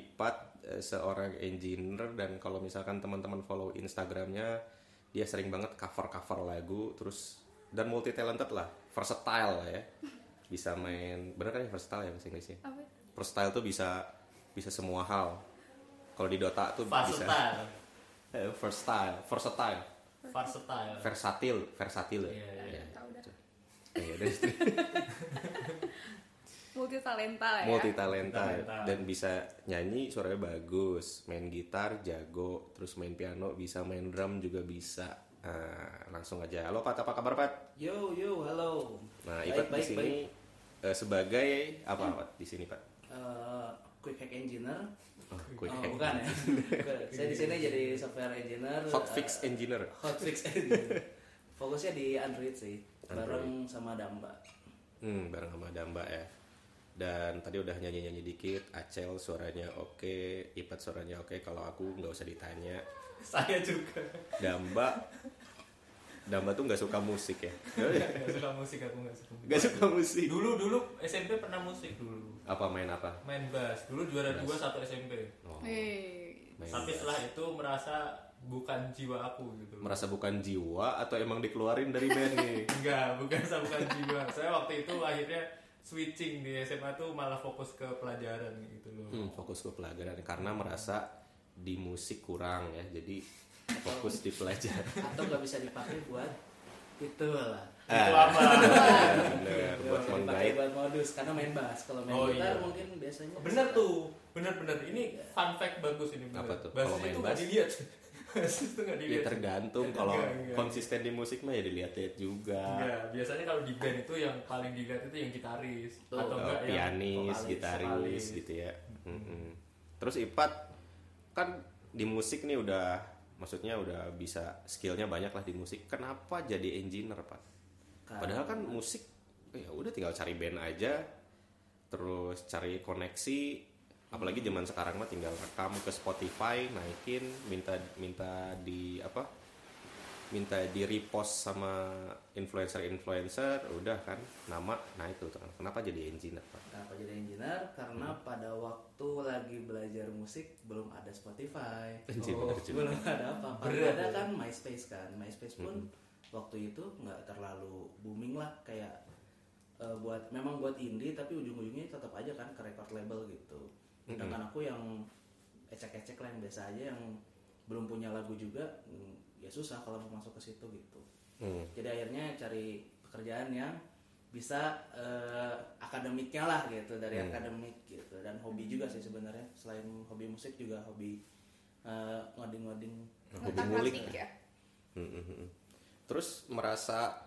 Ipat seorang engineer, dan kalau misalkan teman-teman follow Instagramnya, dia sering banget cover lagu, terus dan multi talented lah, versatile lah ya. Bisa main, bener kan ya versatile ya bahasa Inggrisnya? Apa? Versatile tuh bisa semua hal. Kalau di Dota tuh bisa versatile versatil ya. Iya. Tahu dah. Iya, dari situ. Multi talenta Dan bisa nyanyi, suaranya bagus, main gitar jago, terus main piano bisa, main drum juga bisa. Langsung aja. Halo Pat, apa kabar Pat? Yo, halo. Nah, Ipat di sini sebagai apa Pat di sini Pat? Quick Hack Engineer. Quick hack. Bukan ya. Saya di sini jadi software engineer. Hotfix engineer. Fokusnya di Android sih, bareng sama Damba. Bareng sama Damba ya. Dan tadi udah nyanyi dikit. Acel suaranya oke, Ipat suaranya oke. Kalau aku nggak usah ditanya. Saya juga. Damba tuh nggak suka musik ya? Nggak suka musik, aku nggak suka. Nggak suka musik. Dulu SMP pernah musik dulu. Main apa? Main bass. Dulu juara 2 satu SMP. Oh, Tapi setelah itu merasa bukan jiwa aku gitu. Merasa bukan jiwa atau emang dikeluarin dari band nih? Enggak, bukan jiwa. Saya waktu itu akhirnya switching di SMA tuh malah fokus ke pelajaran gitu loh. Fokus ke pelajaran karena merasa di musik kurang ya, jadi fokus di pelajaran. Atau nggak bisa dipakai buat itu lah. Itu apa? Bener, buat Dipakai menggait. buat modus karena main bass. Kalau main gitar mungkin biasanya. Bener tuh, bener. Ini fun fact bagus ini. Bener. Apa tuh? Bass Kalau main itu nggak bass? dilihat. Bass itu nggak Ya dilihat. tergantung, kalau Enggak. konsisten di musik mah ya dilihat-lihat juga. Enggak, biasanya kalau di band itu yang paling dilihat itu yang gitaris atau Oh, enggak yang pianis, vokalis, gitaris vokalis. gitu ya. Terus Ipat kan di musik nih maksudnya udah bisa, skillnya banyak lah di musik. Kenapa jadi engineer Pak? Padahal kan musik ya udah tinggal cari band aja, terus cari koneksi, apalagi zaman sekarang mah tinggal rekam ke Spotify, naikin, minta di repost sama influencer, udah kan nama. Nah itu kenapa jadi engineer Pak? Kenapa jadi engineer? Karena pada waktu lagi belajar musik belum ada Spotify. Belum ada apa-apa. Ada kan MySpace kan. MySpace pun waktu itu nggak terlalu booming lah, kayak buat indie, tapi ujung-ujungnya tetap aja kan ke record label gitu. Sedangkan aku yang ecek-ecek lah, yang biasa aja, yang belum punya lagu juga, ya susah kalau mau masuk ke situ gitu. Jadi akhirnya cari pekerjaan yang bisa akademiknya lah gitu, dari akademik gitu, dan hobi juga sih sebenarnya. Selain hobi musik juga hobi ngoding-ngoding, Hobi ngulik ya. Terus merasa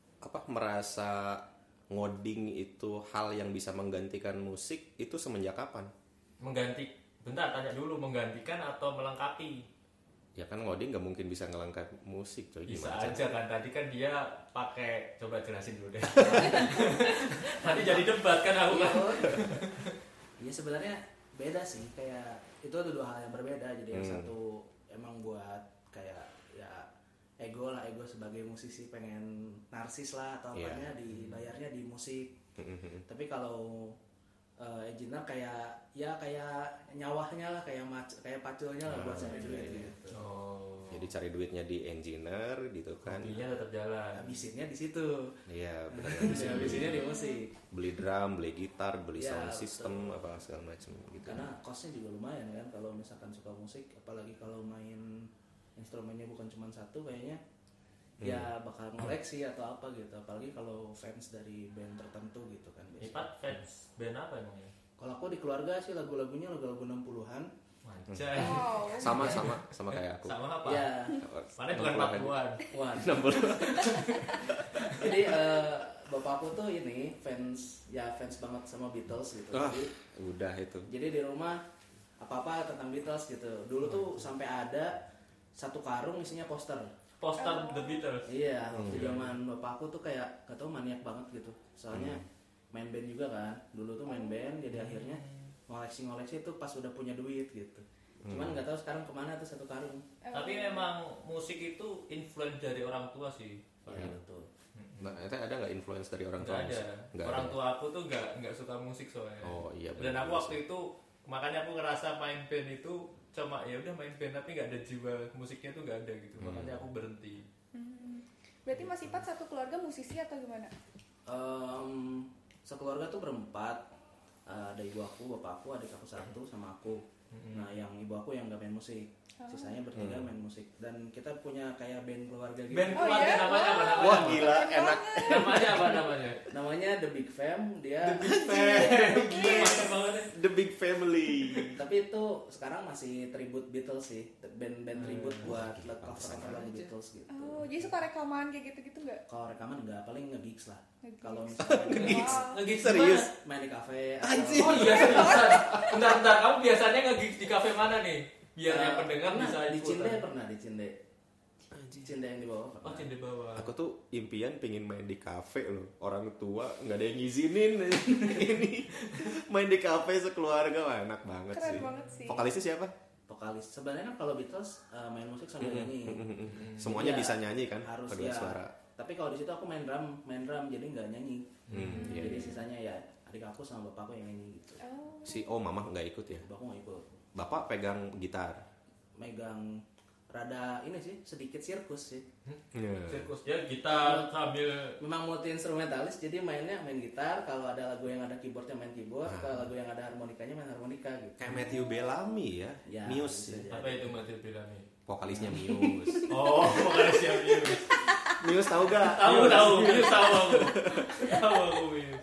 ngoding itu hal yang bisa menggantikan musik itu semenjak kapan? Bentar, tanya dulu, menggantikan atau melengkapi? Ya kan ngoding nggak mungkin bisa ngelengkap musik, coy. Bisa Gimana aja kan, tadi kan dia pakai, coba jelasin dulu deh. Tadi jadi debat kan aku kan. Iya sebenarnya beda sih, kayak itu ada dua hal yang berbeda. Jadi yang satu emang buat kayak ya ego sebagai musisi, pengen narsis lah atau apanya, dibayarnya di musik. Tapi kalau engineer kayak nyawahnya lah, kayak paculnya lah buat cari duit gitu. Jadi cari duitnya di engineer gitu kan. Hobinya tetap jalan. Habisinnya di situ. Iya, benar. Habisinnya di musik. Beli drum, beli gitar, beli Ya, sound system, betul. apa segala macam gitu. Karena costnya juga lumayan kan kalau misalkan suka musik, apalagi kalau main instrumennya bukan cuma satu, kayaknya ya bakal ngoleksi atau apa gitu, apalagi kalau fans dari band tertentu gitu kan biasanya. Ipat fans band apa emangnya? Kalau aku di keluarga sih lagu-lagunya lagu-lagu 60-an. Anjay. Sama kayak aku. Sama apa? Ya, Mana bukan 40-an. wah. 60. Jadi bapakku tuh ini fans banget sama Beatles gitu. Udah itu. Jadi di rumah apa-apa tentang Beatles gitu. Dulu tuh sampai ada satu karung isinya poster The Beatles. Iya, waktu zaman bapakku tuh kayak gak tau maniak banget gitu. Soalnya main band juga kan. Dulu tuh main band, jadi akhirnya ngoleksi itu pas udah punya duit gitu. Cuman gak tahu sekarang kemana tuh satu karung. Tapi memang musik itu influence dari orang tua sih. Iya betul. Nah, itu ada nggak influence dari orang tua? Nggak ada. Nggak Orang ada. tua aku tuh nggak suka musik soalnya. Oh iya. Dan aku waktu itu Makanya aku ngerasa main band itu cuma ya udah main band tapi nggak ada jiwa musiknya tuh nggak ada gitu. Makanya aku berhenti. Berarti Mas Ipat satu keluarga musisi atau gimana? Sekeluarga tuh berempat. Ada ibu aku, bapak aku, adik aku satu, sama aku. Nah, yang ibu aku yang gak main musik, sisanya bertiga main musik. Dan kita punya kayak band keluarga gitu. Band keluarga namanya apa namanya? Wah gila, enak. Namanya apa namanya? Namanya The Big Fam. Dia Mantap banget ya. The Big Family. tapi itu sekarang masih tribute Beatles sih, band tribute buat cover lagu Beatles gitu. Oh, jadi suka rekaman kayak gitu-gitu nggak? Kalau rekaman enggak, paling nge-gigs lah. Nge-gigs. Kalau misalnya Nge-gigs Serius? main di kafe Oh iya seriusan. Bentar, kamu biasanya nge-gigs di kafe mana nih? Biar yang pendengar bisa di ikutan. Cinde pernah di Cinde. Cinde yang di bawah pernah. Oh, Cinde bawah. Aku tuh impian pengen main di kafe loh. Orang tua nggak ada yang ngizinin ini main di kafe sekeluarga. Wah, enak banget Keren sih. banget sih. Vokalisnya siapa? Vokalis. Sebenarnya kan kalau Beatles main musik sambil nyanyi. Semuanya Jadi ya bisa nyanyi kan? harus Kedua ya. suara. Tapi kalau di situ aku main drum jadi nggak nyanyi. Iya, Jadi iya. sisanya ya adik aku sama bapakku yang nyanyi gitu. Oh mama nggak ikut ya? Bapakku nggak ikut. Bapak pegang gitar. Megang rada ini sih sedikit sirkus sih. Sirkus ya gitar sambil Memang multi instrumentalis, jadi mainnya main gitar. Kalau ada lagu yang ada keyboardnya main keyboard. Kalau lagu yang ada harmonikanya main harmonika gitu. Kayak Matthew Bellamy ya, Ya, Muse. bisa jadi. apa itu Matthew Bellamy? Vokalisnya Muse. Oh, vokalisnya Muse. Muse tahu gak? Tahu Muse tahu aku. Tahu aku Muse.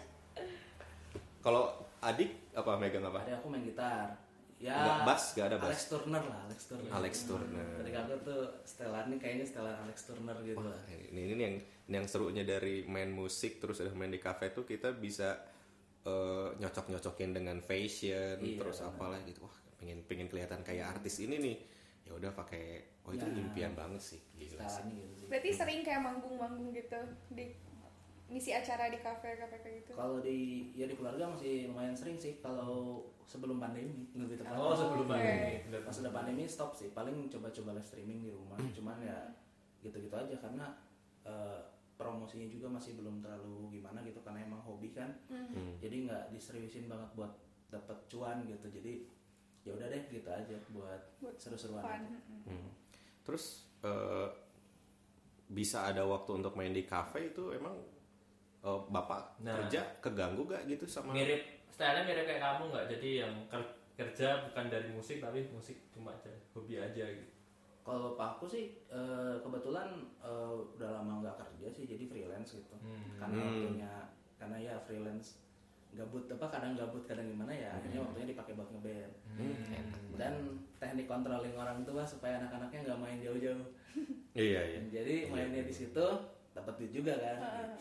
Kalau adik apa megang apa? Ada aku main gitar. Ya. Nggak bass, nggak ada bass. Alex Turner lah, Alex Turner. Alex Turner. Adik aku tuh setelan nih kayaknya setelan Alex Turner gitu lah. Ini yang serunya dari main musik terus udah main di kafe tuh kita bisa nyocok-nyocokin dengan fashion Iya, terus benar. apalah gitu. Wah, pengen kelihatan kayak artis ini nih. Ya udah pakai itu Ya. impian banget sih. Gila sih. Setelannya gitu sih. Berarti sering kayak manggung-manggung gitu di ngisi acara di kafe-kafe kayak gitu. Kalau di keluarga masih lumayan sering sih kalau sebelum pandemi lebih tepat. Oh, sebelum Oke. pandemi. Pas udah pandemi stop sih, paling coba-coba live streaming di rumah. Cuman ya gitu-gitu aja karena promosinya juga masih belum terlalu gimana gitu karena emang hobi kan. Jadi nggak diseriusin banget buat dapet cuan gitu. Jadi ya udah deh gitu aja buat seru-seruan. Fun. aja. Terus bisa ada waktu untuk main di kafe itu emang bapak Nah. kerja keganggu gak gitu sama? Mirip, stylenya mirip kayak kamu nggak? Jadi yang kerja bukan dari musik tapi musik cuma aja hobi aja gitu. Kalau Pak aku sih kebetulan udah lama nggak kerja sih jadi freelance gitu. Karena ya freelance gabut kadang gabut kadang gimana ya akhirnya waktunya dipakai buat ngeband. Dan teknik controlling orang tua supaya anak-anaknya nggak main jauh-jauh. Iya. Jadi mainnya di situ dapat duit juga kan.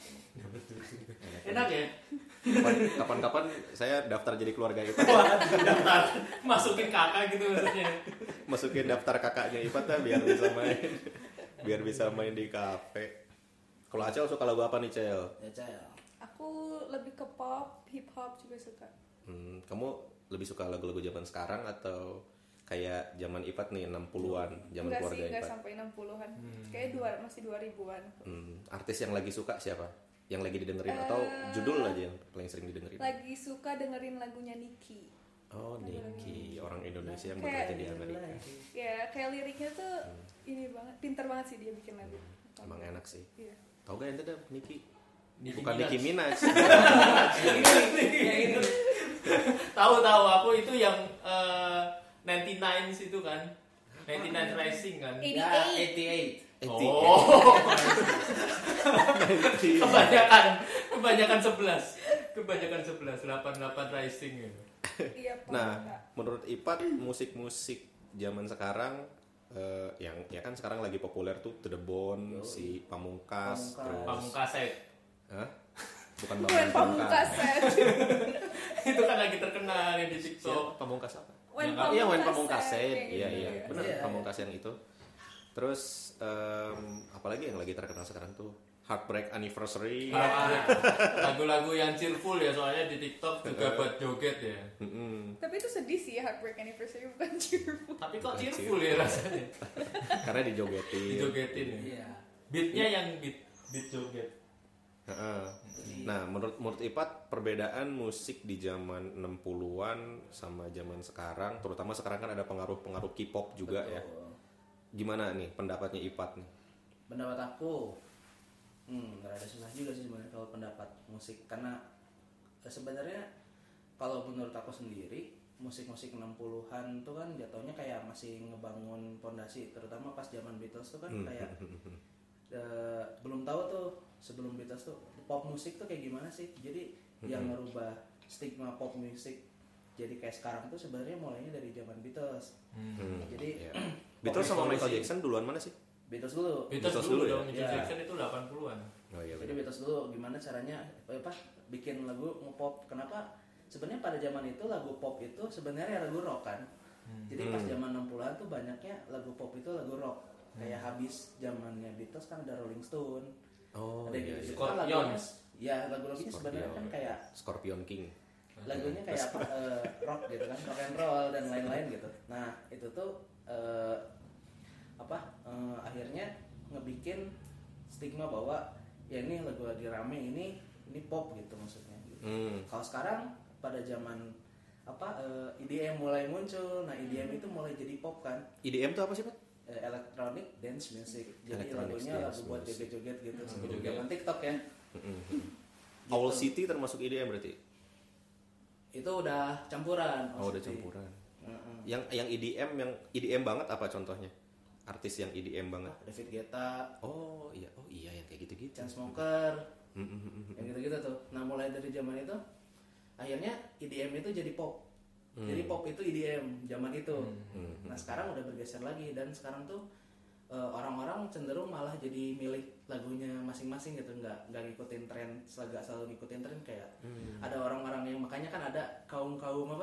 Enak ya? Kapan-kapan saya daftar jadi keluarga itu. Wah, daftar masukin kakak gitu maksudnya. Masukin daftar kakaknya Ipat ya biar bisa main di kafe. Kalau Acel suka lagu apa nih, Cel? Ya Cel. Aku lebih ke pop, hip hop juga suka. Kamu lebih suka lagu-lagu zaman sekarang atau kayak zaman Ipat nih 60-an, zaman Enggak sih, keluarga enggak Ipat? sampai 60-an. Kayak masih 2000-an. Artis yang lagi suka siapa? Yang lagi didengerin atau judul aja yang paling sering didengerin? Lagi suka dengerin lagunya Nicki. Oh, Nicki, orang Indonesia yang Kayak- bekerja di Amerika. Ya, kayak liriknya tuh ini banget, pinter banget sih dia bikin lagu. Emang enak sih. Iya. Tahu gak ente dah Nicki? Nicki Bukan Minaj. Nicki Minaj. Yang ini. Tahu aku itu yang 99 itu kan. 99 Rising kan. 88. Oh. kebanyakan 11. Kebanyakan 11, 88 Rising gitu. Iya, pop. Nah, menurut Ipat musik-musik zaman sekarang yang ya kan sekarang lagi populer tuh To The Bone, si Pamungkas, terus Pamungkaset. Hah? Bukan Bukan Pamungkas. Itu kan lagi terkenal yang di TikTok. Siapa? Pamungkas apa? Wen Iya, Wen Pamungkas. Pamungkaset. Kayak Iya, gitu. benar Iya. Pamungkas yang itu. Terus apalagi yang lagi terkenal sekarang tuh Heartbreak Anniversary. Lagu-lagu yang cheerful ya soalnya di TikTok juga buat joget ya. Tapi itu sedih sih ya, Heartbreak Anniversary bukan cheerful. Tapi kok Bukan cheerful ya rasanya. Karena dijogetin. Dijogetin ya. Iya. Beatnya yang beat joget. Heeh. Nah, menurut Ipat perbedaan musik di zaman 60-an sama zaman sekarang, terutama sekarang kan ada pengaruh K-pop juga ya. Gimana nih pendapatnya Ipat nih? Pendapat aku, rada susah juga sih sebenarnya kalau pendapat musik, karena sebenarnya kalau menurut aku sendiri musik-musik 60-an tuh kan jatuhnya kayak masih ngebangun pondasi, terutama pas zaman Beatles tuh kan kayak belum tahu tuh sebelum Beatles tuh pop musik tuh kayak gimana sih. Jadi yang merubah stigma pop musik jadi kayak sekarang tuh sebenarnya mulainya dari zaman Beatles. Jadi Beatles sama Michael Jackson duluan mana sih? Beatles dulu. Beatles dulu ya? dong, Michael Jackson itu 80-an. Oh iya. Jadi Beatles dulu gimana caranya bikin lagu nge-pop. Kenapa? Sebenarnya pada zaman itu lagu pop itu sebenarnya lagu rock kan. Jadi pas zaman 60-an tuh banyaknya lagu pop itu lagu rock. Kayak habis zamannya Beatles kan ada Rolling Stone. Oh ada iya. gitu. Scorpions. Kan lagunya, ya lagu-lagunya sebenarnya kan kayak Scorpion King. lagunya kayak rock gitu kan, rock and roll dan lain-lain gitu. Nah itu tuh akhirnya ngebikin stigma bahwa ya ini lagu lagi rame, ini pop gitu maksudnya gitu. Kalau sekarang pada zaman EDM mulai muncul, nah EDM itu mulai jadi pop kan. EDM itu apa sih Pak? Electronic Dance Music. Jadi Electronic lagunya dance lagu buat music. joget-joget gitu. Joget. Zaman TikTok ya. Owl City termasuk EDM berarti? Itu udah campuran. Oh udah campuran. Yang EDM banget apa contohnya? Artis yang EDM banget? David Guetta, Oh iya yang kayak gitu-gitu. Chainsmokers, yang gitu-gitu tuh. Nah mulai dari zaman itu, akhirnya EDM itu jadi pop. Jadi pop itu EDM zaman itu. Nah sekarang udah bergeser lagi, dan sekarang tuh orang-orang cenderung malah jadi milih lagunya masing-masing gitu, nggak ngikutin tren, nggak selalu ngikutin tren kayak ada orang-orang yang, makanya kan ada kaum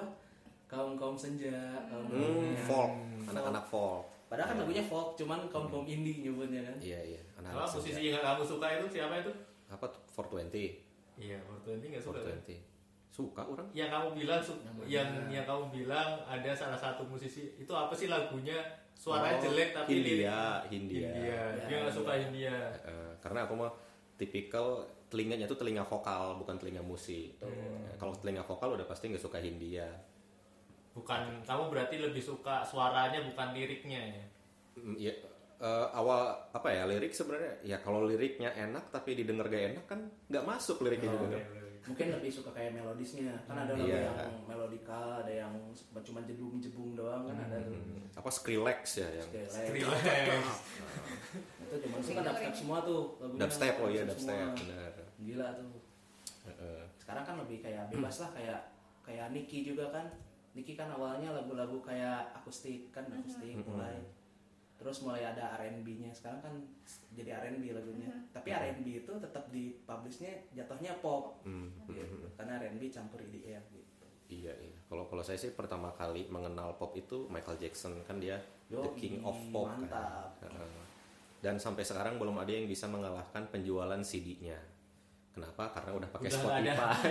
senja, Folk, anak-anak folk. Padahal kan lagunya folk, cuman kaum indie nyebutnya kan. Iya. Kalau Anak-anak musisi senja. yang kamu suka itu siapa itu? Apa tuh? 420. Iya, 420 nggak suka. 420. Suka orang? Yang kamu bilang yang kamu bilang ada salah satu musisi itu apa sih lagunya? Suaranya jelek tapi Hindia. Dia nggak suka Hindia. Karena aku mah tipikal telinganya tuh telinga vokal, bukan telinga musik. Kalau telinga vokal udah pasti nggak suka Hindia. Bukan, kamu berarti lebih suka suaranya bukan liriknya ya? Ya, awal lirik sebenarnya ya kalau liriknya enak tapi didengar gak enak kan nggak masuk liriknya juga. Mungkin lebih suka kayak melodisnya, kan ada lagu yang melodikal, ada yang cuma jebung doang kan ada. Apa Skrillex ya yang Skrillex. Itu zaman itu kan dubstep semua tuh lagunya. dubstep, dubstep semua. benar. Gila tuh. Sekarang kan lebih kayak bebas lah, kayak Nicki juga kan. Nicki kan awalnya lagu-lagu kayak akustik mulai. Terus mulai ada R&B-nya. Sekarang kan jadi R&B lagunya. Tapi R&B itu tetap dipublishnya jatuhnya pop. Gitu. Karena R&B campur EDM gitu. Iya. Kalau saya sih pertama kali mengenal pop itu Michael Jackson, kan dia the king of pop. Mantap. Kan. Dan sampai sekarang belum ada yang bisa mengalahkan penjualan CD-nya. Kenapa? Karena udah pakai Spotify.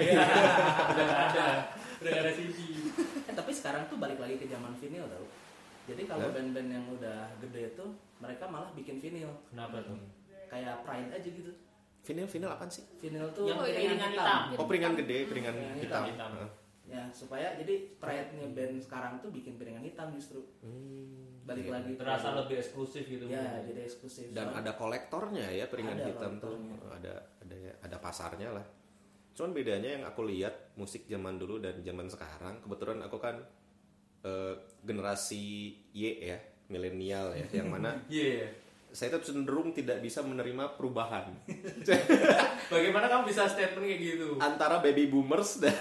Udah ada CD. Tapi sekarang tuh balik lagi ke zaman vinyl tau. Jadi kalau band-band yang udah gede itu mereka malah bikin vinyl. Kenapa tuh? Kayak Pride aja gitu. Vinyl apaan sih? Vinyl tuh Yang piringan hitam. Oh, piringan gede, piringan hitam. Ya supaya jadi Pride-nya band sekarang tuh bikin piringan hitam justru. Balik lagi Terasa lebih eksklusif gitu. Ya, jadi eksklusif. Dan ada kolektornya ya piringan Ada hitam tuh. kolektornya. Ada pasarnya lah. Cuman bedanya yang aku lihat musik zaman dulu dan zaman sekarang, kebetulan aku kan generasi Y ya, milenial ya, yang mana saya tuh cenderung tidak bisa menerima perubahan. Bagaimana kamu bisa statement kayak gitu? Antara baby boomers dan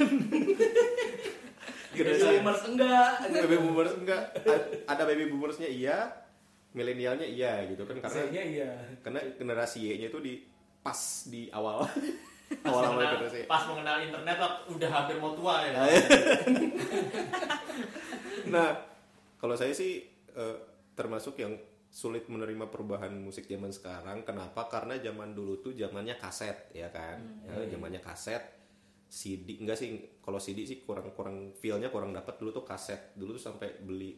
Baby boomers enggak. baby boomers enggak. Ada baby boomersnya iya, milenialnya iya gitu kan, karena iya. karena generasi Y-nya itu pas di awal Pas mengenal internet udah hampir mau tua ya. Nah, kalau saya sih termasuk yang sulit menerima perubahan musik zaman sekarang. Kenapa? Karena zaman dulu tuh zamannya kaset ya kan. Zamannya kaset. CD enggak sih, kalau CD sih kurang feel-nya kurang dapat. Dulu tuh kaset. Dulu tuh sampai beli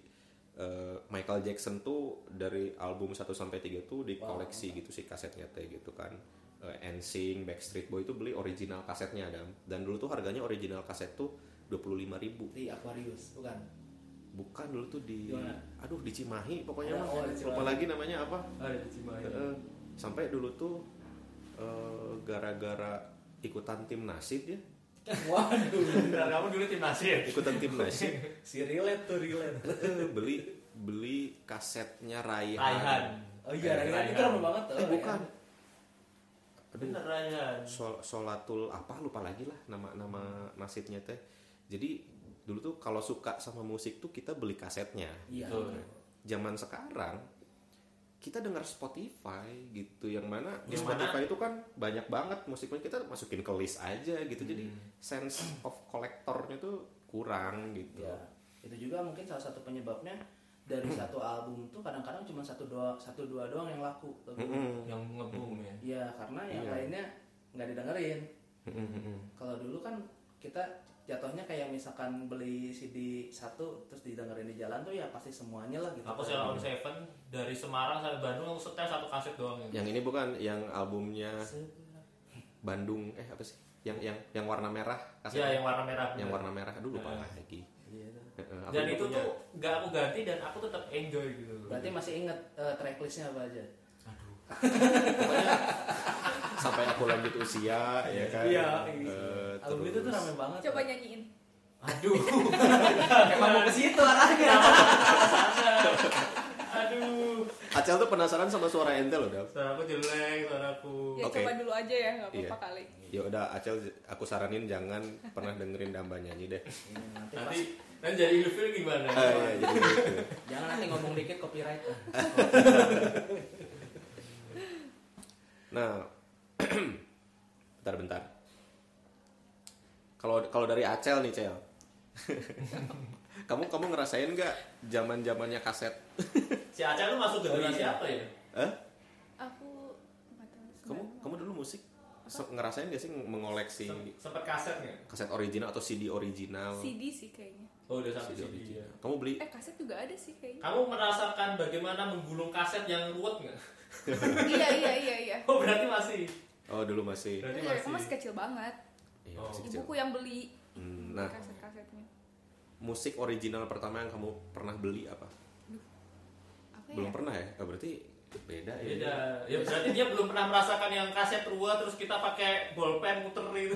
Michael Jackson tuh dari album 1 sampai 3 tuh di koleksi gitu sih kasetnya teh gitu kan. NSYNC, Backstreet Boy itu beli original kasetnya Adam. Dan dulu tuh harganya original kaset tuh 25.000. Di Aquarius, bukan? Bukan, dulu tuh di Gimana? aduh di Cimahi pokoknya mah. Oh, di Cimahi. Lupa lagi namanya apa. Ada di Cimahi. Sampai dulu tuh gara-gara ikutan tim Nasib ya. Waduh. Benar, kamu dulu tim Nasib. Ikutan tim Nasib. Si relate. beli kasetnya Raihan. Raihan. Oh iya, Raihan itu ramai banget tuh. Bukan. Bener Raihan. Sholatul apa lupa lagi lah nama nasibnya teh. Jadi dulu tuh kalau suka sama musik tuh kita beli kasetnya. Iya. Zaman sekarang kita dengar Spotify gitu, yang mana di Yang Spotify itu kan banyak banget musiknya, kita masukin ke list aja gitu. Jadi sense of collectornya tuh kurang gitu. Ya, itu juga mungkin salah satu penyebabnya dari satu album tuh kadang-kadang cuma satu dua doang yang laku. Yang nge-boom ya. Iya, karena yang Iya. lainnya nggak didengerin. Kalau dulu kan kita jatuhnya kayak misalkan beli CD satu terus didengerin di jalan tuh ya pasti semuanya lah gitu. Aku Sheila on Seven dari Semarang sampai Bandung aku setel satu kaset doang ya. Yang ini bukan yang albumnya Bandung apa sih? Yang warna merah. Ya, yang warna merah. Yang warna merah. Aduh lupa lagi. Iya, tuh. Aku Dan juga itu punya. tuh gak aku ganti dan aku tetap enjoy gitu. Berarti masih inget tracklistnya apa aja? Sampai aku lanjut usia ya kan. Iya. Eh, Album itu tuh terus- rame banget. Coba nyanyiin. Aduh. Emang mau ke situ arahnya. Aduh. Acel tuh penasaran sama suara ente loh, Dam. Suara aku jelek, suaraku. Ya Oke. coba dulu aja ya, nggak apa-apa Iya. kali. Ya udah Acel, aku saranin jangan pernah dengerin Damba nyanyi deh. Nanti pas Nanti jadi ilfil gimana? Iya, jadi gitu. jangan nanti ngomong dikit copyright. Nah, bentar. Kalau dari Acel nih, Cel. kamu ngerasain nggak zaman-zamannya kaset? Si Aca tuh masuk generasi apa ya? Aku nggak tahu. Kamu dulu musik ngerasain gak sih mengoleksi Sempet kaset nggak? kaset original atau CD original? CD sih kayaknya. Oh udah sampai CD CD original. ya. Kamu beli? Kaset juga ada sih kayaknya. Kamu merasakan bagaimana menggulung kaset yang ruwet nggak? Iya. Oh berarti masih. Oh dulu masih. Berarti Iya, aku masih. masih kecil banget. Iya, Oh. masih kecil. Ibuku yang beli Nah, kaset-kasetnya. musik original pertama yang kamu pernah beli apa? Apa Belum ya? pernah ya? Oh, berarti beda ya. Beda. Ya berarti dia belum pernah merasakan yang kaset ruwet terus kita pakai bolpen muter itu.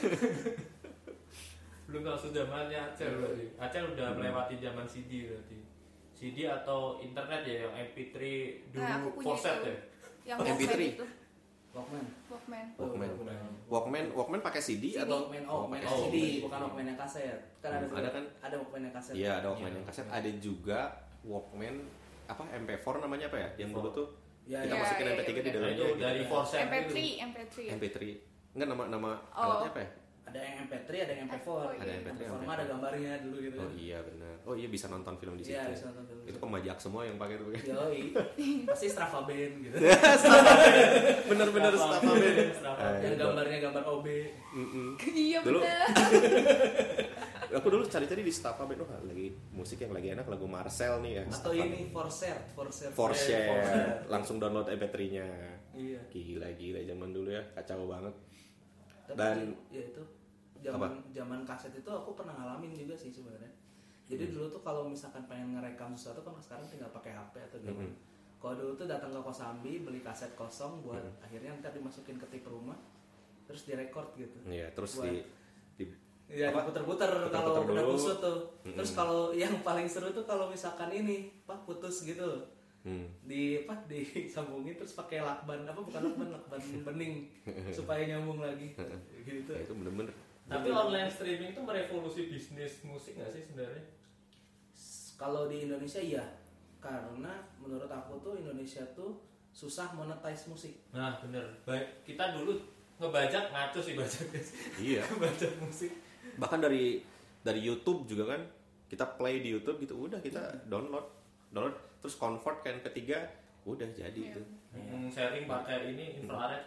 Belum langsung zamannya Acel berarti. Acel udah melewati zaman CD berarti. CD atau internet ya yang MP3 dulu Nah, aku punya Forset itu. ya. Yang MP3. Walkman itu. Walkman. Walkman pakai CD, CD. atau Walkman pakai CD, bukan Walkman yang kaset. Kan ada Ada kan? Ada Walkman yang kaset. Iya, ada Walkman yang kaset. Ada juga Walkman apa MP4 namanya apa ya? Yang dulu tuh Ya, kita ya, masukin ya, MP3 di ya, dalamnya. Nah, itu gitu. dari Forset MP3, itu. MP3. MP3. Enggak nama Oh. alatnya apa ya? Ada yang MP3, ada yang MP4. Oh, Ada MP3, MP4 mah ada gambarnya dulu gitu. Oh iya benar. Oh iya bisa nonton film di situ. Iya, bisa nonton film. Itu pemajak semua yang pakai itu. Yoi. Pasti Strava Band gitu. Bener-bener Strava Band. Yang gambarnya gambar OB. Iya Dulu- benar. Aku dulu cari-cari di Strava Band, lagi musik yang lagi enak lagu Marcel nih ya. Atau Strava ini Band. For For Share. Share. Langsung download MP3-nya. Iya. Gila zaman dulu ya, kacau banget. Tapi Dan- ya itu Apa? zaman kaset itu aku pernah ngalamin juga sih sebenarnya. Jadi dulu tuh kalau misalkan pengen ngerekam sesuatu kan sekarang tinggal pakai HP atau gimana. Kalau dulu tuh datang ke Kosambi beli kaset kosong buat akhirnya ntar dimasukin ke tip rumah terus direkord gitu. Iya, terus Buat- di Ya apa? puter-puter Puter-puter kalau udah dulu. kusut tuh. Terus kalau yang paling seru tuh kalau misalkan ini putus gitu. Disambungin terus pakai lakban lakban bening supaya nyambung lagi gitu. Ya, itu bener-bener. Tapi online streaming itu merevolusi bisnis musik nggak sih sebenarnya? Kalau di Indonesia iya, karena menurut aku tuh Indonesia tuh susah monetize musik. Nah bener. Baik kita dulu ngebajak ngaco sih bajaknya. Iya. Bajak musik. Bahkan dari YouTube juga kan, kita play di YouTube gitu, udah kita download terus convert kan ketiga, udah jadi itu. Sharing pakai ini infrared.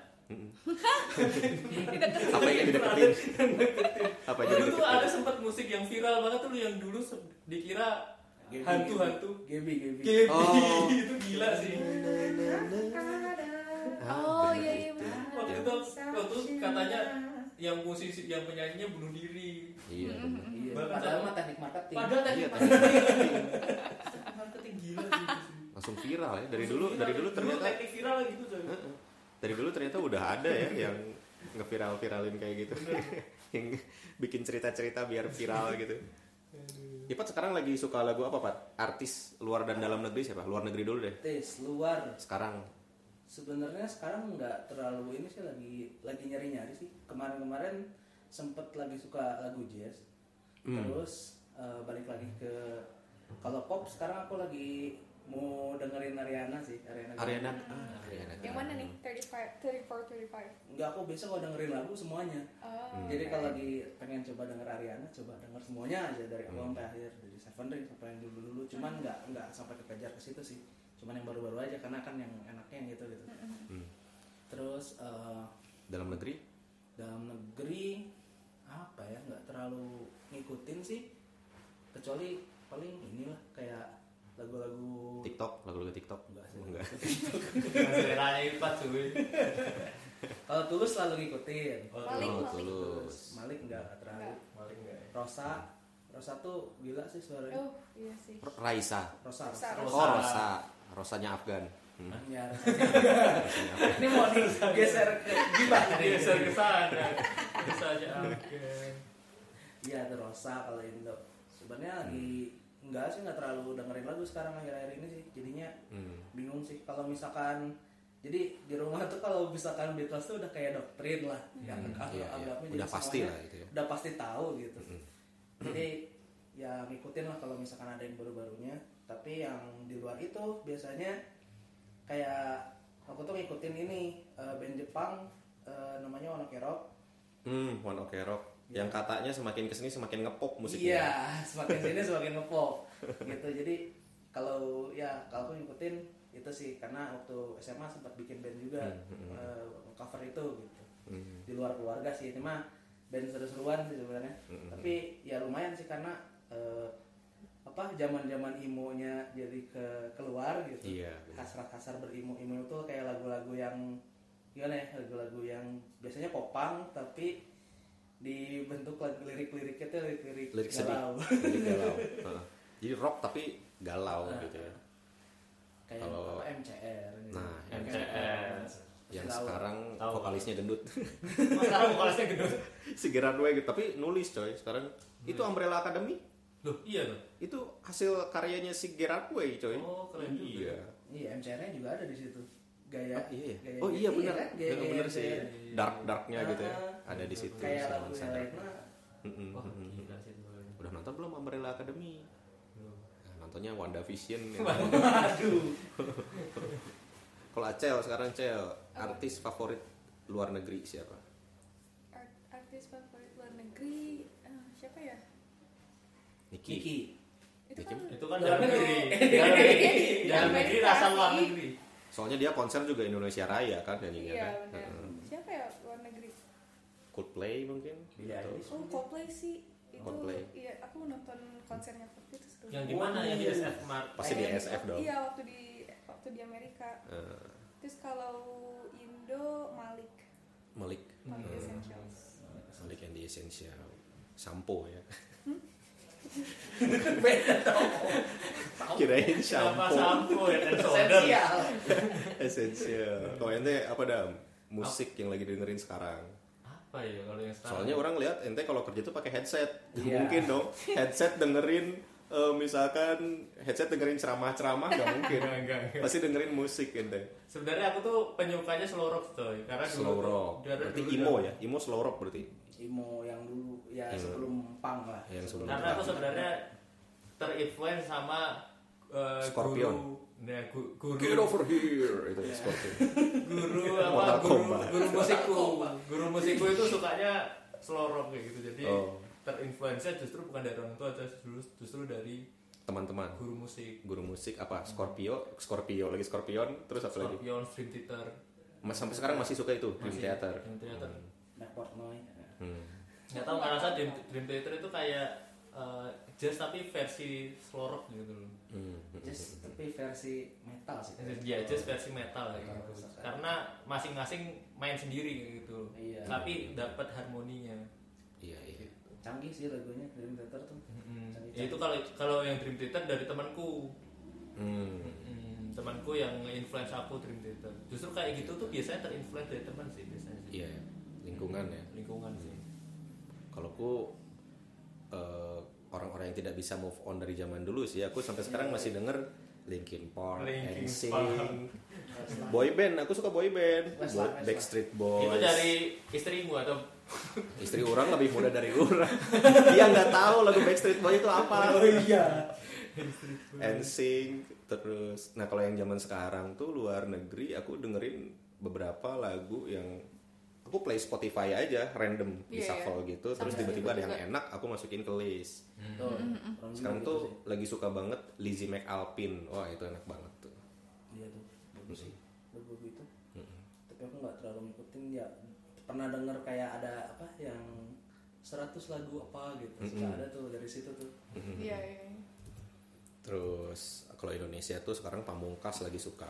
Apa yang dideketin? Apa yang Dulu tuh dideketin? ada sempat musik yang viral banget tuh yang dulu dikira hantu-hantu. Gebi. Oh. Itu gila sih. Oh iya. waktu katanya yang musisi yang penyanyinya bunuh diri. Iya. Iya. Bahkan Padahal mah teknik marketing. Padahal tadi Iya, marketing gila gitu sih. langsung viral ya. Dari dulu ternyata teknik viral gitu coy. dari dulu ternyata udah ada ya yang ngeviral-viralin kayak gitu. Yang bikin cerita-cerita biar viral gitu. Ipat sekarang lagi suka lagu apa, Pat? Artis luar dan dalam negeri siapa? Luar negeri dulu deh. Tes luar. Sekarang. Sebenarnya sekarang nggak terlalu ini sih, lagi nyari-nyari sih. Kemarin-kemarin sempet lagi suka lagu jazz. Terus balik lagi ke kalau pop sekarang aku lagi mau dengerin Ariana sih, Ariana. Yang mana nih? 34, 35. Enggak, aku biasa kalau dengerin lagu semuanya. Jadi kalau lagi pengen coba denger Ariana, coba denger semuanya aja dari awal sampai akhir, dari Seven Rings sampai yang dulu. Cuman nggak sampai kekejar ke situ sih. Cuman yang baru-baru aja karena kan yang enaknya yang gitu. Terus Dalam negeri? dalam negeri apa ya, nggak terlalu ngikutin sih, kecuali paling inilah kayak lagu-lagu TikTok, lagu-lagu TikTok. Enggak sih. Enggak. Seleranya Ipat cuy. Kalau Tulus selalu ngikutin. Malik. Tulus. Malik enggak terlalu. Paling enggak ya. Rosa tuh gila sih suaranya. Oh iya sih. Raisa. Rosa. Oh, Rosa. Rosanya Afgan. Ya, ini mau digeser ke gimana nih? Geser ke sana. Bisa aja Iya, tuh Rosa kalau Indo. Sebenarnya lagi enggak terlalu dengerin lagu sekarang akhir-akhir ini sih. Jadinya bingung sih kalau misalkan, jadi di rumah tuh kalau misalkan Beatles tuh udah kayak doktrin lah. Yang anggapnya Udah pasti lah gitu ya. Udah pasti tahu gitu. Jadi ya ngikutin lah kalau misalkan ada yang baru-barunya. Tapi yang di luar itu biasanya kayak aku tuh ngikutin ini band Jepang namanya One Ok Rock. One Ok Rock. Yang katanya semakin kesini semakin ngepop musiknya. Iya, semakin sini semakin ngepop gitu. Jadi kalau aku ngikutin itu sih karena waktu SMA sempat bikin band juga cover itu gitu. Di luar keluarga sih, ini mah band seru-seruan sih sebenarnya. Tapi ya lumayan sih karena zaman-zaman imonya jadi keluar gitu. Iya. Hasrat-hasar berimo-imo itu kayak lagu-lagu yang gimana ya, lagu-lagu yang biasanya popang tapi dibentuk lagu lirik-liriknya tuh lirik galau. Lirik galau. Jadi rock tapi galau gitu ya. Kayak Kalau MCR gitu. Nah, MCR. yang Tahu. sekarang Tahu. vokalisnya gendut. Sekarang vokalisnya gendut. Si Gerard Way gitu, tapi nulis coy sekarang. Itu Umbrella Academy. Loh, iya loh. Itu hasil karyanya si Gerard Way coy. Oh, keren juga. Iya. Iya, MCR-nya juga ada di situ. Gaya. Oh iya benar. kan? Gaya Benar sih. MCR. Darknya gitu ya. Ada di situ. Kayak sama lagu yang sadar. lainnya. Wah, gila sih itu. Udah nonton belum Umbrella Academy? Belum. Nah, nontonnya WandaVision. Ya. Aduh. Kalau Acel sekarang artis favorit luar negeri siapa? Artis favorit luar negeri siapa ya? Niki. Itu Niki. kan Itu kan Luar dalam negeri. negeri. Dalam negeri. Di Dalam negeri Amerika rasa luar sih. negeri. Soalnya dia konser juga Indonesia Raya kan nyanyinya Iya kan. benar. Siapa ya luar negeri? Coldplay mungkin. Billie Atau- Eilish. Oh Coldplay sih. Itu Coldplay. iya aku nonton konsernya Coldplay itu seru. Yang di mana? Yang di SF Mart. Pasti di SF dong. Iya waktu di Amerika. Terus kalau Indo Malik Malik. Essentials. Malik and the Essential. Sampo ya. Beda dong. Kirain Kenapa shampoo. sampo ya dan soda? Esensial. Essential. Kalau ente apa dam? Musik yang lagi dengerin sekarang. Apa ya kalau yang sekarang? Soalnya orang lihat ente kalau kerja tuh pakai headset. Iya. Mungkin dong. Headset dengerin misalkan headset dengerin ceramah-ceramah nggak mungkin. Enggak. Pasti dengerin musik ente. Sebenarnya aku tuh penyukanya slow rock coy. Karena dulu Slow tuh- rock. dari Berarti dulu emo udah- ya? Emo slow rock berarti. Imo yang dulu ya Imo. sebelum punk lah. Yang sebelum Karena aku sebenarnya terinfluence sama Scorpion. Guru Get over here itu Scorpion. guru Mortal apa Kombat. guru musikku itu sukanya slow rock kayak gitu. Jadi Oh. terinfluence justru bukan dari orang tua, justru dari Teman-teman. guru musik. Apa? Scorpio lagi Scorpion, terus apa lagi? Scorpion, Dream Theater. Sampai sekarang masih suka itu Dream Masih, Theater. Dream Theater. Nah, Portnoy. Nggak tahu ngerasa Dream Theater itu kayak jazz tapi versi slow rock gitu loh. Just tapi versi versi metal sih. Ya jazz versi metal gitu. Karena masing-masing main sendiri gitu. Iya. Tapi dapat harmoninya. Iya. Canggih sih lagunya Dream Theater tuh. Ya itu kalau yang Dream Theater dari temanku. Temanku yang nge-influence aku Dream Theater. Justru kayak gitu tuh biasanya terinfluence dari teman sih biasanya. Iya, lingkungan ya. Lingkungan sih. Kalau aku orang-orang yang tidak bisa move on dari zaman dulu sih, aku sampai sekarang masih denger Linkin Park, NSYNC, boy band. Aku suka boy band, Backstreet Boys. Itu dari istrimu atau istri orang lebih muda dari orang. Dia nggak tahu lagu Backstreet Boys itu apa. Oh iya. NSYNC terus. Nah kalau yang zaman sekarang tuh luar negeri, aku dengerin beberapa lagu yang aku play Spotify aja random di shuffle gitu, terus tiba-tiba ada yang enak aku masukin ke list. Sekarang tuh lagi suka banget Lizzie McAlpin. Wah itu enak banget tuh. Iya tuh bagus sih lagu itu. Tapi aku nggak terlalu ngikutin ya. Pernah denger kayak ada apa yang 100 lagu apa gitu. Suka ada tuh dari situ tuh. Iya. Terus kalau Indonesia tuh sekarang Pamungkas lagi suka.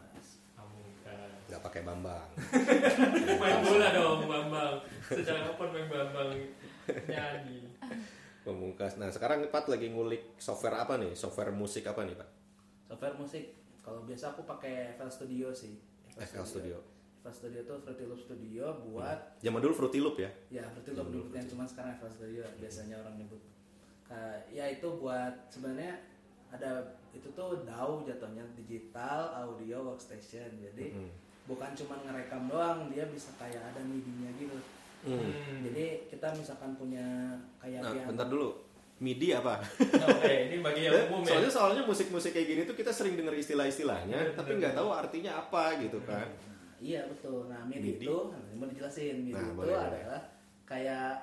Nggak pakai Bambang. main bola dong Bambang. Secara kapan main Bambang nyanyi. Pamungkas. Nah sekarang Pat lagi ngulik software apa nih? Software musik apa nih Pak? Software musik. Kalau biasa aku pakai FL Studio sih. FL Studio. FL Studio tuh Fruity Loop Studio buat Zaman dulu Fruity Loop ya? ya Fruity Loop dulu yang cuma sekarang FL Studio biasanya orang nyebut. Ya itu buat sebenarnya ada itu tuh DAW jatuhnya digital audio workstation. Jadi bukan cuma ngerekam doang, dia bisa kayak ada MIDI-nya gitu. Jadi kita misalkan punya kayak Nah, piano. bentar dulu. MIDI apa? Oke, ini bagi yang umum ya. Soalnya musik-musik kayak gini tuh kita sering dengar istilah-istilahnya, tapi nggak tahu artinya apa gitu kan. Iya betul. Nah MIDI itu, mau dijelasin. MIDI itu boleh. adalah kayak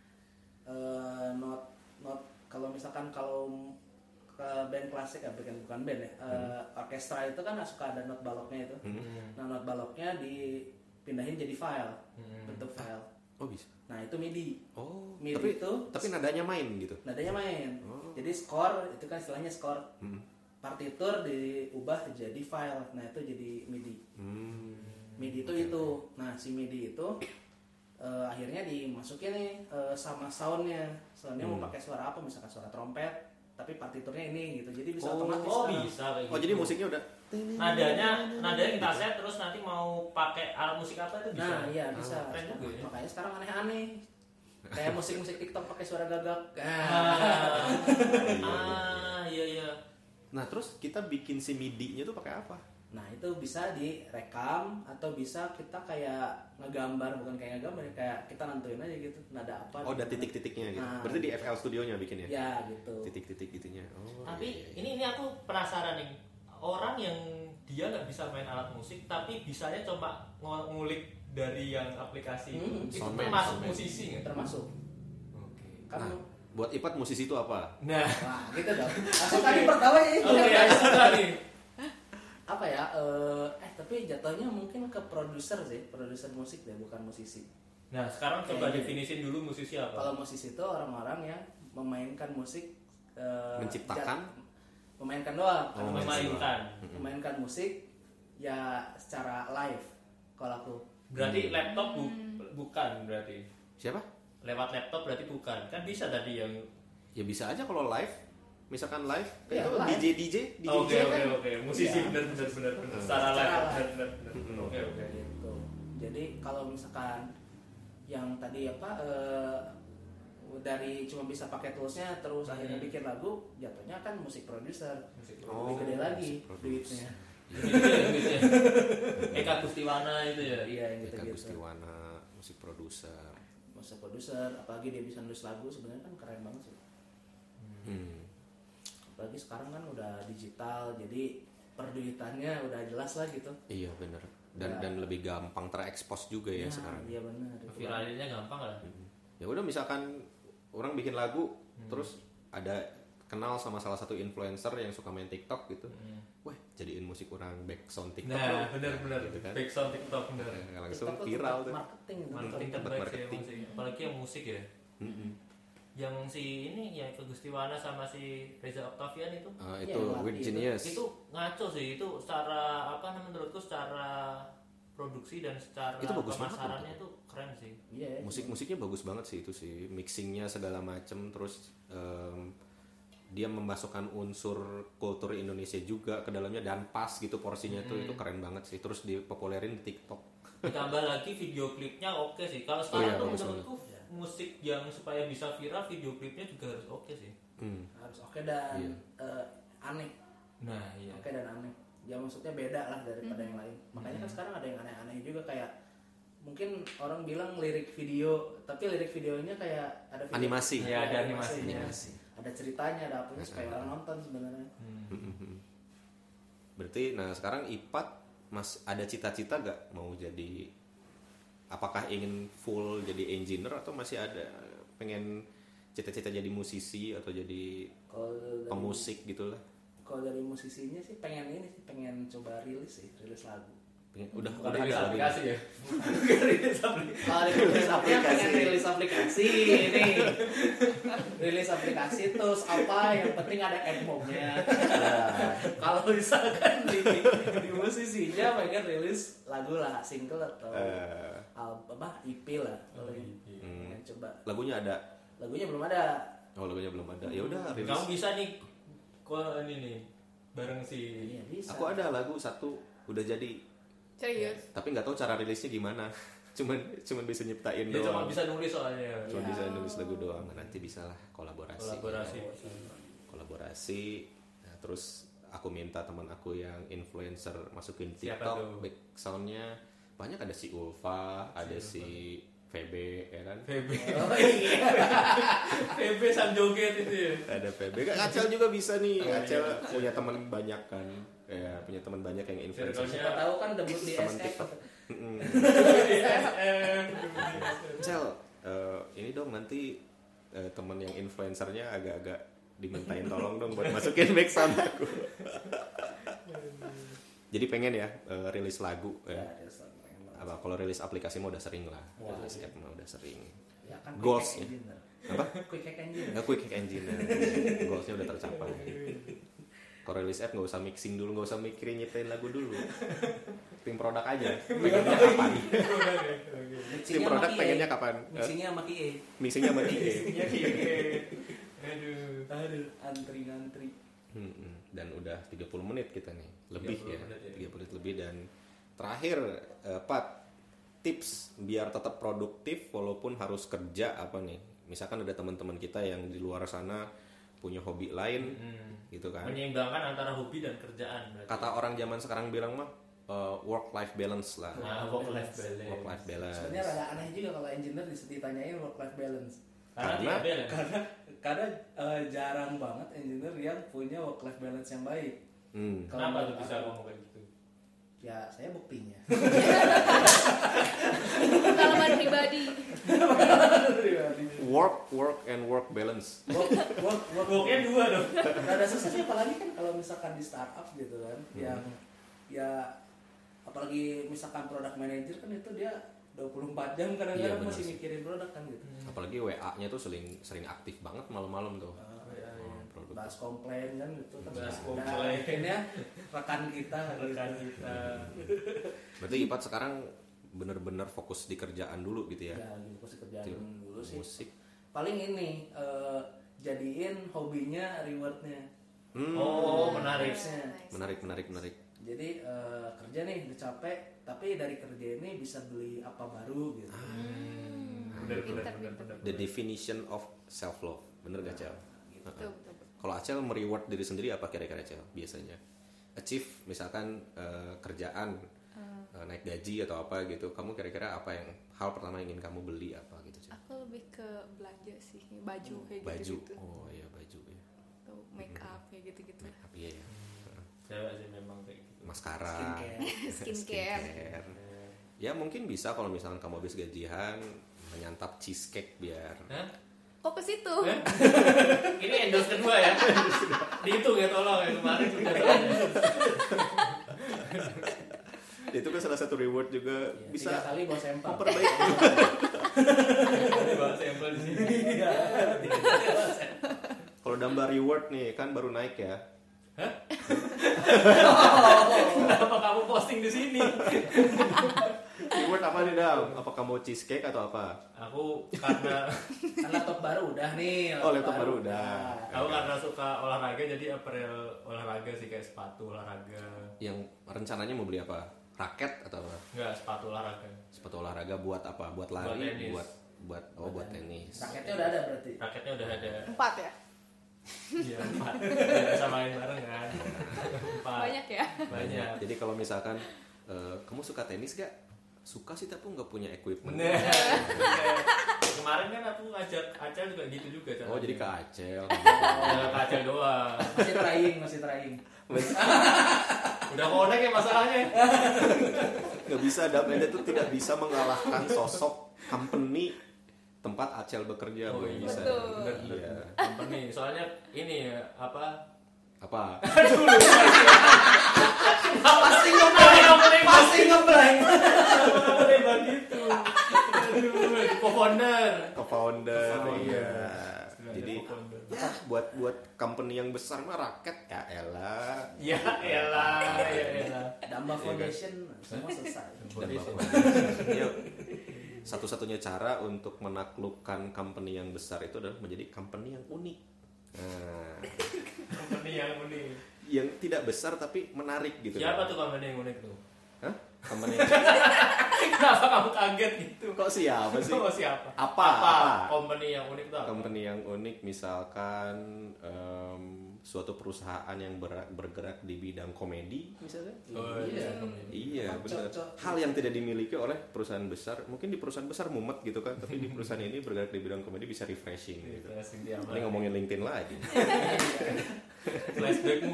not kalau misalkan kalau ke band klasik bukan band ya, orkestra itu kan suka ada not baloknya itu. Nah not baloknya dipindahin jadi file, bentuk file. Oh bisa. Nah itu MIDI. Oh. MIDI Tapi nadanya main gitu. nadanya main. Jadi score itu kan istilahnya score. Partitur diubah jadi file. Nah itu jadi MIDI. MIDI itu. Nah si MIDI itu akhirnya dimasukin nih sama soundnya. Soundnya mau pakai suara apa? Misalkan suara trompet. Tapi partiturnya ini gitu. Jadi bisa otomatis. Oh kan. bisa kayak gitu. Oh jadi musiknya udah. Nadanya kita set terus nanti mau pakai alat musik apa itu bisa. Nah iya bisa. Keren juga ya. Makanya sekarang aneh-aneh. Kayak musik-musik TikTok pakai suara gagak. Iya. Nah terus kita bikin si MIDI-nya tuh pakai apa? Nah itu bisa direkam atau bisa kita kayak ngegambar, bukan kayak ngegambar, kayak kita nentuin aja gitu nada apa. Oh ada titik-titiknya gitu. Nah, Berarti di FL Studionya bikin ya? Ya gitu. Titik-titik gitunya. Oh. Tapi iya. ini aku penasaran nih. Orang yang dia nggak bisa main alat musik tapi bisanya cuma ngulik dari yang aplikasi itu Soundman, termasuk soundman. musisi nggak? Termasuk. Oke. Kan Nah, buat Ipat musisi itu apa? Nah, wah gitu dong. Langsung tadi pertama ya itu. oke, suka nih. Apa ya? Tapi jatuhnya mungkin ke produser sih, produser musik deh, bukan musisi. Nah, sekarang coba Kayaknya. definisin dulu musisi apa. Kalau musisi itu orang-orang yang memainkan musik, Menciptakan? memainkan doang. Oh, Memainkan musik ya secara live. Kalau aku. Berarti laptop bukan berarti. Siapa? Lewat laptop berarti bukan. Kan bisa tadi yang Ya bisa aja kalau live. Misalkan live, Ya, itu live. DJ. Oke. kan? Musisi Iya. benar. Secara live benar. Oke. Gitu. Jadi kalau misalkan yang tadi apa dari cuma bisa pakai toolsnya terus akhirnya bikin lagu, jatuhnya kan musik produser. Oh, Lebih gede lagi musik producer. duitnya. Eka Gustiwana itu ya. Iya yang Eka gitu-gitu. Gustiwana, musik produser. Musik produser, apalagi dia bisa nulis lagu, sebenarnya kan keren banget sih. Apalagi sekarang kan udah digital, jadi perduitannya udah jelas lah gitu. Iya benar. Dan lebih gampang terekspos juga ya sekarang. Iya benar. Viralinnya gampang lah. Ya udah misalkan orang bikin lagu terus ada kenal sama salah satu influencer yang suka main TikTok gitu. Wah, jadiin musik orang back sound TikTok. Nah, bro. benar. Gitu kan. Back sound TikTok benar. Langsung TikTok tuh viral tempat tuh. marketing. Marketing Tempat terbaik sih marketing. emang sih. Apalagi yang musik ya. yang si ini ya ke Gustiwana sama si Reza Octavian itu. Itu Weird Genius. Itu ngaco sih, itu secara menurutku secara produksi dan secara itu bagus pemasarannya itu keren sih. Iya. Musiknya bagus banget sih itu sih, mixingnya segala macem, terus dia memasukkan unsur kultur Indonesia juga ke dalamnya dan pas gitu porsinya tuh, itu keren banget sih, terus dipopulerin di TikTok. Ditambah lagi video klipnya oke sih. Kalau sekarang tuh menurutku musik yang supaya bisa viral, video klipnya juga harus oke sih. Harus oke dan aneh. Nah iya. Oke dan aneh. Ya maksudnya beda lah daripada yang lain. Makanya kan sekarang ada yang aneh-aneh juga, kayak mungkin orang bilang lirik video, tapi lirik videonya kayak ada video animasi. Ya ada animasinya. Ada ceritanya, ada apanya supaya orang nonton sebenarnya. Berarti nah sekarang Ipat mas ada cita-cita gak mau jadi, apakah ingin full jadi engineer atau masih ada pengen cita-cita jadi musisi atau jadi pemusik gitulah? Kalau dari musisinya sih pengen coba rilis lagu. Udah rilis ada aplikasi ya. Rilis aplikasi. Pengen rilis aplikasi ini. Rilis aplikasi terus apa yang penting ada albumnya. Kalau misalkan di musisinya pengen rilis lagu lah, single atau EP lah. Pengen coba. Lagunya ada? Lagunya belum ada. Oh, lagunya belum ada. Ya udah rilis. Kamu bisa nih ini nih bareng si. Iya, bisa. Aku ada lagu satu udah jadi. Serius? Tapi nggak tahu cara rilisnya gimana. cuman bisa nyiptain Dia doang. cuma bisa nulis soalnya. Cuma bisa nulis lagu doang. Nanti bisa lah kolaborasi. Nah, terus aku minta teman aku yang influencer masukin TikTok back soundnya. Banyak, ada si Ulfa, ada si VB, ya kan? VB. Oh iya. VB Sam Joget itu ya. Ada VB. Acel juga bisa nih. Acel punya teman banyak kan. Ya, punya teman banyak yang influencer. Siapa tahu kan debut di SF. Acel, ini dong nanti teman yang influencernya agak-agak dimintain tolong dong buat masukin back sound aku. Jadi pengen ya rilis lagu ya. Apa kalau rilis aplikasi mah udah sering lah. Rilis app mah udah sering. Ya kan Goals-nya. Apa? Quick Hack Engine. Nggak Quick Hack Engine. Goals-nya udah tercapai. Kalau rilis app nggak usah mixing dulu, nggak usah mikirin nyiptain lagu dulu. Tim produk aja. Pengennya kapan? Tim produk pengennya kapan? Mixingnya sama QA. Mixingnya sama QA. Aduh, antri. Dan udah 30 menit kita nih. Lebih ya. 30 menit lebih. Dan terakhir, Pat, tips biar tetap produktif walaupun harus kerja apa nih? Misalkan ada teman-teman kita yang di luar sana punya hobi lain, gitu kan? Menyeimbangkan antara hobi dan kerjaan. Berarti. Kata orang zaman sekarang bilang mah work-life balance lah. Work-life balance. Sebenarnya rada aneh juga kalau engineer ditanyain work-life balance. Karena jarang banget engineer yang punya work-life balance yang baik. Kenapa tuh bisa ngomong kayak gitu? Ya, saya buktinya. Pengalaman pribadi. Work and work balance. Worknya dua dong. Ada susah sih, apalagi kan kalau misalkan di startup gitu kan, yang ya apalagi misalkan product manager kan itu dia 24 jam kadang-kadang masih mikirin produk kan gitu. Apalagi WA-nya tuh sering aktif banget malam-malam tuh. Bahas komplain kan gitu kan. Bahas komplain. Akhirnya rekan kita. Berarti Ipat sekarang bener-bener fokus di kerjaan dulu gitu ya? Ya, fokus di kerjaan dulu sih. Musik. Paling ini jadiin hobinya rewardnya. Oh, menarik. Menarik. Jadi kerja nih udah capek, tapi dari kerja ini bisa beli apa baru gitu. Benar. The definition of self love, bener gak Cel? Betul. Kalau Acel mereward diri sendiri apa kira-kira Cel biasanya? Achieve misalkan kerjaan, naik gaji atau apa gitu, kamu kira-kira apa yang hal pertama yang ingin kamu beli apa gitu Cel? Aku lebih ke belanja sih, baju kayak Baju. gitu. Oh iya baju ya. Atau make up kayak gitu-gitu. Make up iya ya. Cewek sih memang kayak gitu. Maskara, Skincare. Ya mungkin bisa kalau misalkan kamu habis gajian menyantap cheesecake biar. Kok ke situ? Ini endorse kedua ya. Dihitung ya tolong ya kemarin sudah. Itu kan salah satu reward juga, Ya, bisa 3 kali bawa sampel. memperbaiki bawa sampel di sini. Iya. Kalau Damba Reward nih kan baru naik ya. Hah? Kenapa kamu posting di sini? Reward apa nih Dam? Apakah mau cheesecake atau apa? Aku karena Kan laptop baru udah nih. Oh, laptop baru udah. aku karena suka olahraga jadi apparel olahraga sih kayak sepatu olahraga. Yang rencananya mau beli apa? Raket atau apa? Enggak, sepatu olahraga. Sepatu olahraga buat apa? Buat Buat lari, tenis. buat tenis. Raketnya udah ada berarti. Raketnya udah ada. 4 ya? Iya, 4. Biasa main bareng kan. 4. Banyak ya? Banyak. Jadi kalau misalkan kamu suka tenis gak? Suka sih tapi nggak punya equipment. Bener. Kemarin kan aku ngajak Acel juga gitu juga. Oh jadi ke Acel. Ya, ke Acel doang. Masih trying. Udah connect ya masalahnya. Nggak bisa, Dam, Anda tuh tidak bisa mengalahkan sosok company tempat Acel bekerja. Oh, belum iya. bisa. Betul. Iya. Company. Soalnya ini ya, apa? Pasti ngeblank. Lebar gitu. Aduh, co-founder. Co-founder, iya. Istilahnya Jadi co-founder. ya buat company yang besar mah raket ya elah. Ya elah, ya elah. Damba Foundation semua selesai. Dan bahwa ya, satu-satunya cara untuk menaklukkan company yang besar itu adalah menjadi company yang unik. Nah, Company yang unik. yang tidak besar tapi menarik gitu. Siapa tuh company yang unik tuh? Hah? Company Kenapa kamu kaget gitu? kok siapa sih? Oh, siapa? Apa? Company yang unik tuh apa? Company yang unik misalkan suatu perusahaan yang bergerak di bidang komedi misalnya. Oh, Iya. Iya, benar. Cocok. Hal yang tidak dimiliki oleh perusahaan besar. Mungkin di perusahaan besar mumet gitu kan, tapi di perusahaan ini bergerak di bidang komedi bisa refreshing gitu. Flashing dia Ini ngomongin LinkedIn lagi. flashbackmu.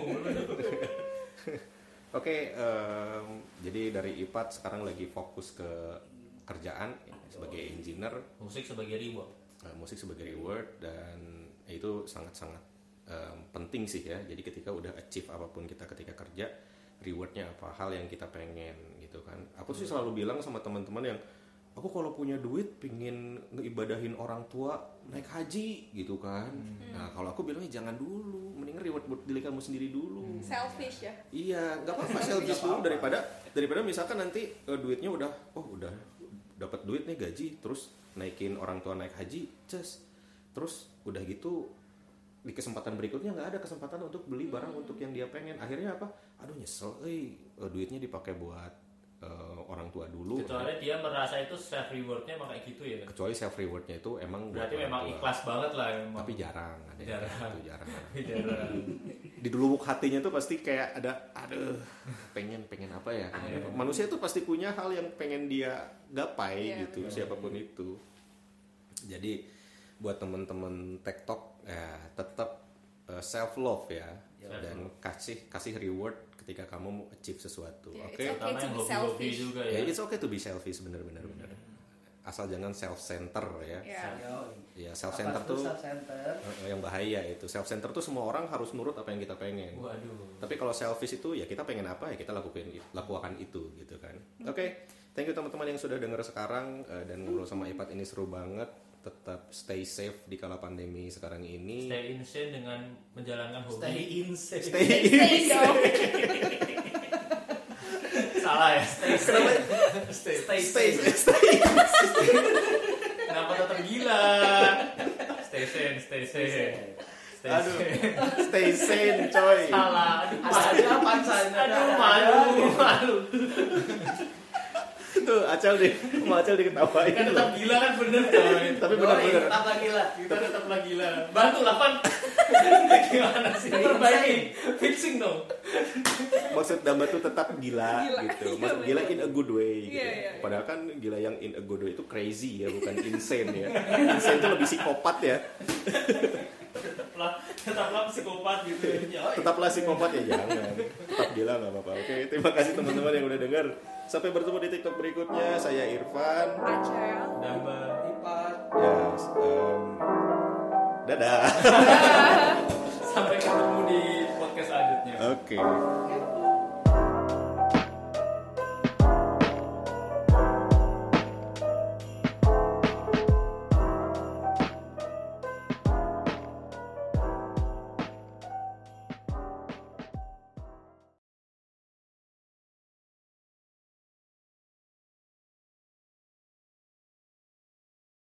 Oke, jadi dari IPAT sekarang lagi fokus ke kerjaan ya, sebagai engineer, Musik sebagai reward. musik sebagai reward, dan itu sangat-sangat penting sih ya. Jadi ketika udah achieve apapun kita ketika kerja, rewardnya apa, hal yang kita pengen gitu kan. Aku sih selalu bilang sama teman-teman yang aku kalau punya duit pingin ngeibadahin orang tua naik haji gitu kan. Nah kalau aku bilangnya jangan dulu, mendingan reward buat diri kamu sendiri dulu. Selfish ya? Iya, nggak apa-apa selfish dulu daripada misalkan nanti duitnya udah dapat duit nih gaji, terus naikin orang tua naik haji, terus udah gitu di kesempatan berikutnya nggak ada kesempatan untuk beli barang untuk yang dia pengen. Akhirnya apa? Aduh nyesel, duitnya dipakai buat orang tua dulu. Kecuali dia merasa itu self rewardnya emang kayak gitu ya. Kecuali self rewardnya itu emang Berarti buat memang orang tua. ikhlas banget lah emang. Tapi jarang ada yang Jarang. kayak gitu, jarang. Jarang. Di lubuk hatinya tuh pasti kayak ada pengen apa ya. Manusia tuh pasti punya hal yang pengen dia gapai Iya, gitu, siapapun itu. Jadi buat teman-teman TikTok ya tetap self love ya, dan kasih reward ketika kamu mau achieve sesuatu. Yeah, Oke. it's okay Terutama to yang be hobi-hobi selfish. juga Ya, ya. it's okay to be selfish, benar. Asal jangan self center ya. Ya. Ya self center tuh Self-center. yang bahaya itu. Self center tuh semua orang harus nurut apa yang kita pengen. Waduh. Tapi kalau selfish itu ya kita pengen apa ya kita lakukan itu gitu kan. Oke, thank you teman-teman yang sudah dengar sekarang dan ngobrol sama Ipat ini seru banget. Tetap stay safe di kala pandemi sekarang ini. Stay insane dengan menjalankan hobi. Stay insane. Stay dong. Salah ya. Stay. Kenapa tetap gila? Stay sane. Aduh, stay sane coy. Salah. Aduh, Ada malu. Tuh Acel diketawain. Kan tetap gila kan bener coy. Tapi benar-benar Tetap gila. Kita tetaplah gila. Bantu 8. Gimana sih? Perbaiki. Fixing dong. maksud Damba tuh tetap gila gitu. Maksud gila in a good way gitu. Iya. Padahal kan gila yang in a good way itu crazy ya, bukan insane ya. Insane itu lebih psikopat ya. Tetaplah psikopat gitu. Tetaplah psikopat ya jangan. Tetap gila nggak apa-apa. Oke, terima kasih teman-teman yang udah dengar. Sampai bertemu di TikTok berikutnya. Saya Irfan. Acel. Damba. Ipat. Ya, dadah. Sampai ketemu di podcast selanjutnya. Oke.